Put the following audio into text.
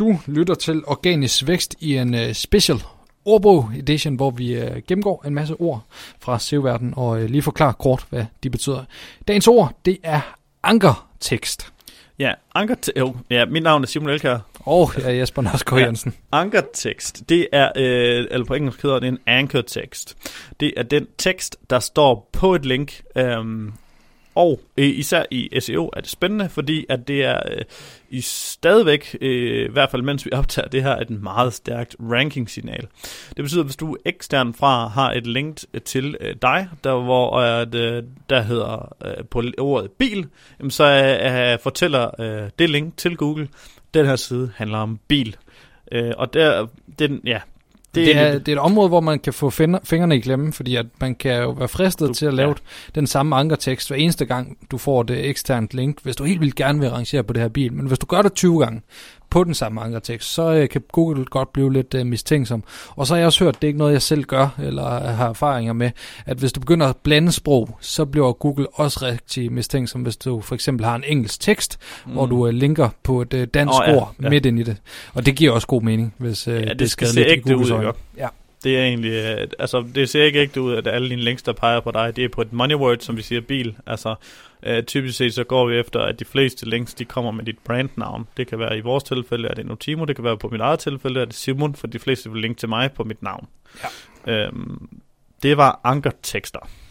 Du lytter til Organisk Vækst i en special ordbog edition, hvor vi gennemgår en masse ord fra SEO-verdenen og lige forklarer kort, hvad de betyder. Dagens ord, det er ankertekst. Ja, mit navn er Simon Elkjær. Jeg er Jesper Nørskov Jensen. Ankertekst, det er, eller på engelsk hedder det en anchor text. Det er den tekst, der står på et link, og især i SEO er det spændende, fordi at det er stadigvæk, i hvert fald mens vi optager det her, et meget stærkt ranking-signal. Det betyder, at hvis du ekstern fra har et link til dig, der hedder på ordet bil, så fortæller det link til Google, den her side handler om bil. Og det er et område, hvor man kan få fingrene i klemme, fordi at man kan jo være fristet til at lave den samme ankertekst hver eneste gang, du får det eksternt link, hvis du helt vildt gerne vil rangere på det her bil. Men hvis du gør det 20 gange på den samme ankertekst, så kan Google godt blive lidt mistænksom. Og så har jeg også hørt, det er ikke noget, jeg selv gør, eller har erfaringer med, at hvis du begynder at blande sprog, så bliver Google også rigtig mistænksom, hvis du for eksempel har en engelsk tekst, hvor du linker på et dansk ord midt ind i det. Og det giver også god mening, hvis det skal lidt i Googles øjne. Ja. Det er egentlig, det ser ikke ægte ud, at alle dine links, der peger på dig, det er på et money word, som vi siger, bil. Typisk set, så går vi efter, at de fleste links, de kommer med dit brandnavn. Det kan være i vores tilfælde, er det Notimo, det kan være på mit eget tilfælde, er det Simon, for de fleste vil linke til mig på mit navn. Ja. Det var ankertekster.